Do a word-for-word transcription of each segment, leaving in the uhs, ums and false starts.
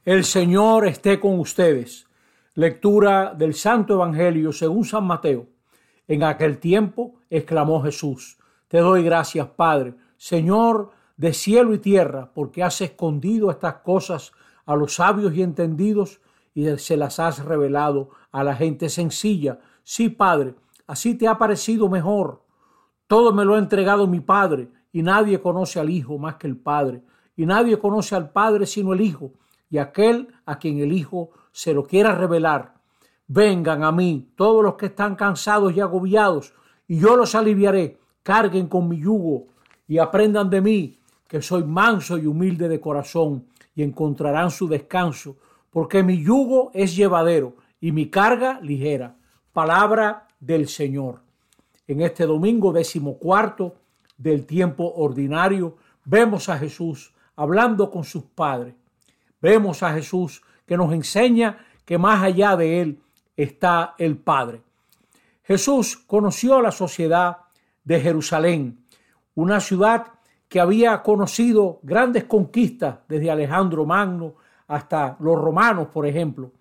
El Señor esté con ustedes. Lectura del Santo Evangelio según San Mateo. En aquel tiempo exclamó Jesús: Te doy gracias, Padre, Señor de cielo y tierra, porque has escondido estas cosas a los sabios y entendidos y se las has revelado a la gente sencilla. Sí, Padre, así te ha parecido mejor. Todo me lo ha entregado mi Padre, y nadie conoce al Hijo más que el Padre, y nadie conoce al Padre sino el Hijo, y aquel a quien el Hijo se lo quiera revelar. Vengan a mí todos los que están cansados y agobiados, y yo los aliviaré. Carguen con mi yugo y aprendan de mí, que soy manso y humilde de corazón, y encontrarán su descanso, porque mi yugo es llevadero y mi carga ligera. Palabra del Señor. En este domingo decimocuarto del tiempo ordinario, vemos a Jesús hablando con sus padres. Vemos a Jesús que nos enseña que más allá de Él está el Padre. Jesús conoció la sociedad de Jerusalén, una ciudad que había conocido grandes conquistas desde Alejandro Magno hasta los romanos, por ejemplo.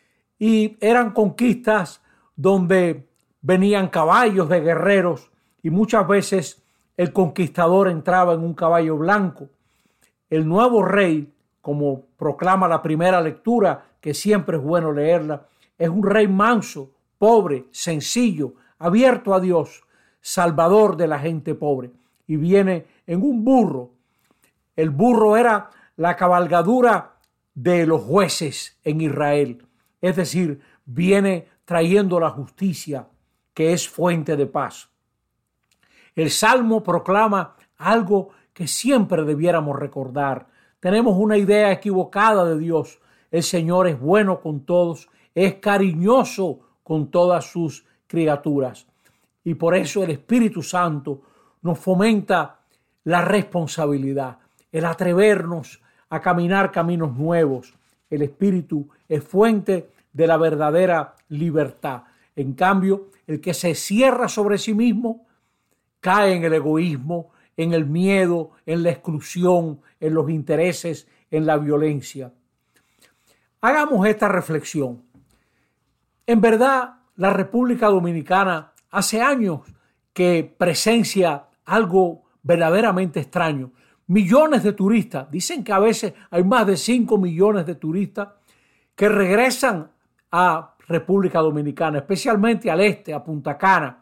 Y eran conquistas donde venían caballos de guerreros y muchas veces el conquistador entraba en un caballo blanco. El nuevo rey, como proclama la primera lectura, que siempre es bueno leerla, es un rey manso, pobre, sencillo, abierto a Dios, salvador de la gente pobre. Y viene en un burro. El burro era la cabalgadura de los jueces en Israel. Es decir, viene trayendo la justicia, que es fuente de paz. El Salmo proclama algo que siempre debiéramos recordar. Tenemos una idea equivocada de Dios. El Señor es bueno con todos, es cariñoso con todas sus criaturas. Y por eso el Espíritu Santo nos fomenta la responsabilidad, el atrevernos a caminar caminos nuevos. El Espíritu es fuente de la verdadera libertad. En cambio, el que se cierra sobre sí mismo cae en el egoísmo, en el miedo, en la exclusión, en los intereses, en la violencia. Hagamos esta reflexión. En verdad, la República Dominicana hace años que presencia algo verdaderamente extraño. Millones de turistas, dicen que a veces hay más de cinco millones de turistas que regresan a República Dominicana, especialmente al este, a Punta Cana.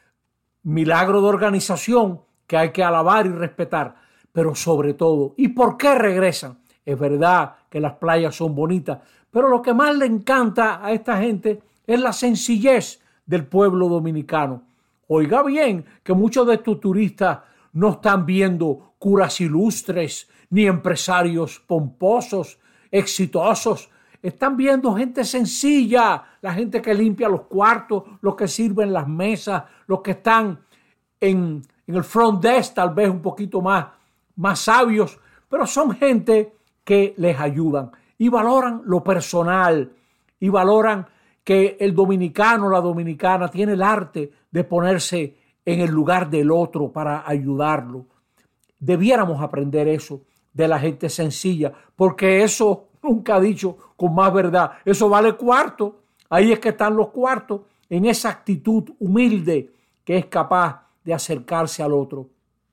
Milagro de organización que hay que alabar y respetar, pero sobre todo, ¿y por qué regresan? Es verdad que las playas son bonitas, pero lo que más le encanta a esta gente es la sencillez del pueblo dominicano. Oiga bien que muchos de estos turistas no están viendo curas ilustres ni empresarios pomposos, exitosos. Están viendo gente sencilla, la gente que limpia los cuartos, los que sirven las mesas, los que están en, en el front desk, tal vez un poquito más, más sabios, pero son gente que les ayudan y valoran lo personal y valoran que el dominicano o la dominicana tiene el arte de ponerse en el lugar del otro para ayudarlo. Debiéramos aprender eso de la gente sencilla, porque eso nunca ha dicho con más verdad. Eso vale cuarto. Ahí es que están los cuartos, en esa actitud humilde que es capaz de acercarse al otro.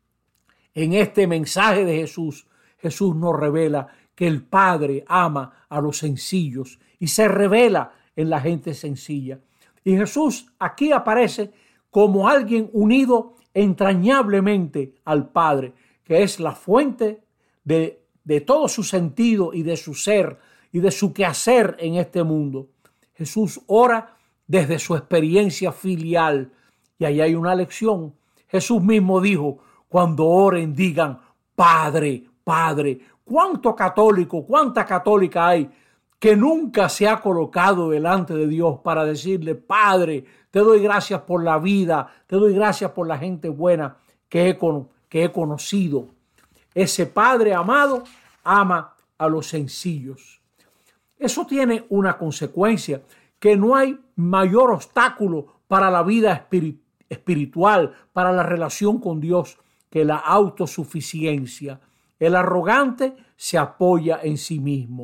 En este mensaje de Jesús, Jesús nos revela que el Padre ama a los sencillos y se revela en la gente sencilla. Y Jesús aquí aparece como alguien unido entrañablemente al Padre, que es la fuente de, de todo su sentido y de su ser y de su quehacer en este mundo. Jesús ora desde su experiencia filial y ahí hay una lección. Jesús mismo dijo, cuando oren digan, Padre, Padre. ¿Cuánto católico, cuánta católica hay que nunca se ha colocado delante de Dios para decirle, Padre, te doy gracias por la vida, te doy gracias por la gente buena que he, que he conocido? Ese Padre amado ama a los sencillos. Eso tiene una consecuencia, que no hay mayor obstáculo para la vida espiritual, para la relación con Dios, que la autosuficiencia. El arrogante se apoya en sí mismo.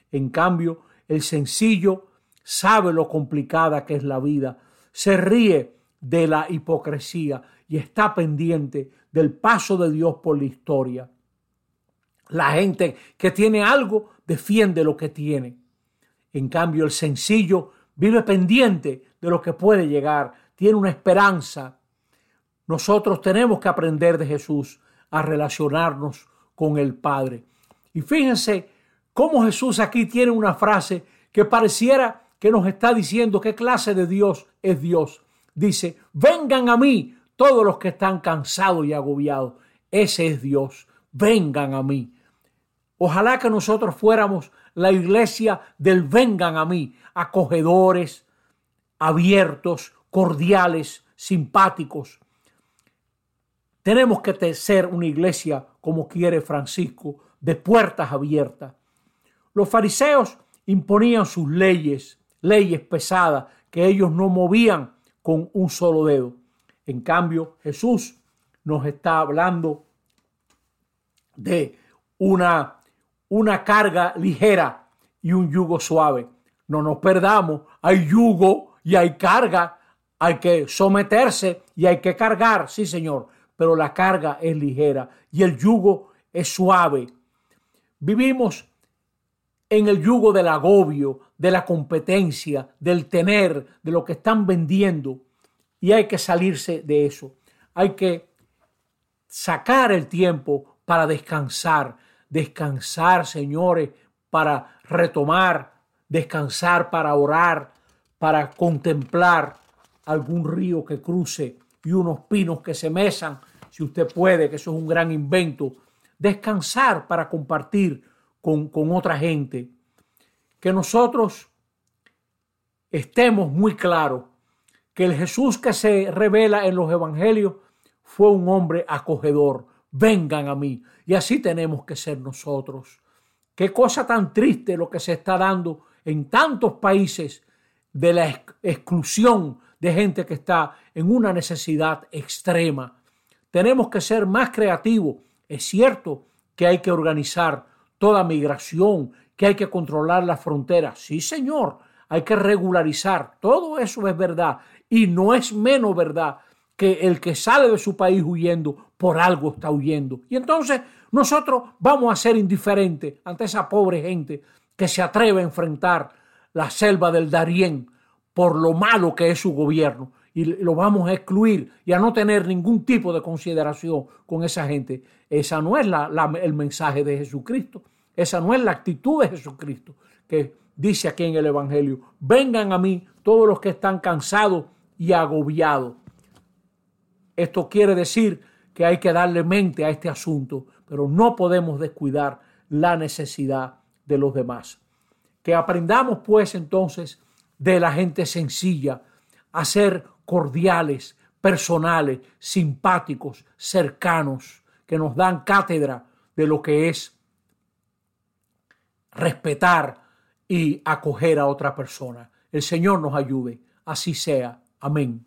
En cambio, el sencillo sabe lo complicada que es la vida, se ríe de la hipocresía y está pendiente del paso de Dios por la historia. La gente que tiene algo defiende lo que tiene. En cambio, el sencillo vive pendiente de lo que puede llegar, tiene una esperanza. Nosotros tenemos que aprender de Jesús a relacionarnos con el Padre. Y fíjense cómo Jesús aquí tiene una frase que pareciera que nos está diciendo qué clase de Dios es Dios. Dice, vengan a mí todos los que están cansados y agobiados. Ese es Dios. Vengan a mí. Ojalá que nosotros fuéramos la iglesia del vengan a mí, acogedores, abiertos, cordiales, simpáticos. Tenemos que ser una iglesia, como quiere Francisco, de puertas abiertas. Los fariseos imponían sus leyes, leyes pesadas que ellos no movían con un solo dedo. En cambio, Jesús nos está hablando de una, una carga ligera y un yugo suave. No nos perdamos, hay yugo y hay carga, hay que someterse y hay que cargar, sí señor, pero la carga es ligera y el yugo es suave. Vivimos en el yugo del agobio, de la competencia, del tener, de lo que están vendiendo, y hay que salirse de eso. Hay que sacar el tiempo para descansar, descansar, señores, para retomar, descansar para orar, para contemplar algún río que cruce y unos pinos que se mesan, si usted puede, que eso es un gran invento. Descansar para compartir con, con otra gente. Que nosotros estemos muy claros que el Jesús que se revela en los evangelios fue un hombre acogedor. Vengan a mí. Y así tenemos que ser nosotros. Qué cosa tan triste lo que se está dando en tantos países de la ex- exclusión de gente que está en una necesidad extrema. Tenemos que ser más creativos. Es cierto que hay que organizar toda migración, que hay que controlar las fronteras. Sí, señor, hay que regularizar. Todo eso es verdad. Y no es menos verdad que el que sale de su país huyendo, por algo está huyendo. Y entonces nosotros vamos a ser indiferentes ante esa pobre gente que se atreve a enfrentar la selva del Darién por lo malo que es su gobierno. Y lo vamos a excluir y a no tener ningún tipo de consideración con esa gente. Esa no es la, la, el mensaje de Jesucristo. Esa no es la actitud de Jesucristo, que dice aquí en el Evangelio, vengan a mí todos los que están cansados y agobiados. Esto quiere decir que hay que darle mente a este asunto, pero no podemos descuidar la necesidad de los demás. Que aprendamos pues entonces de la gente sencilla a ser cordiales, personales, simpáticos, cercanos, que nos dan cátedra de lo que es respetar y acoger a otra persona. El Señor nos ayude. Así sea. Amén.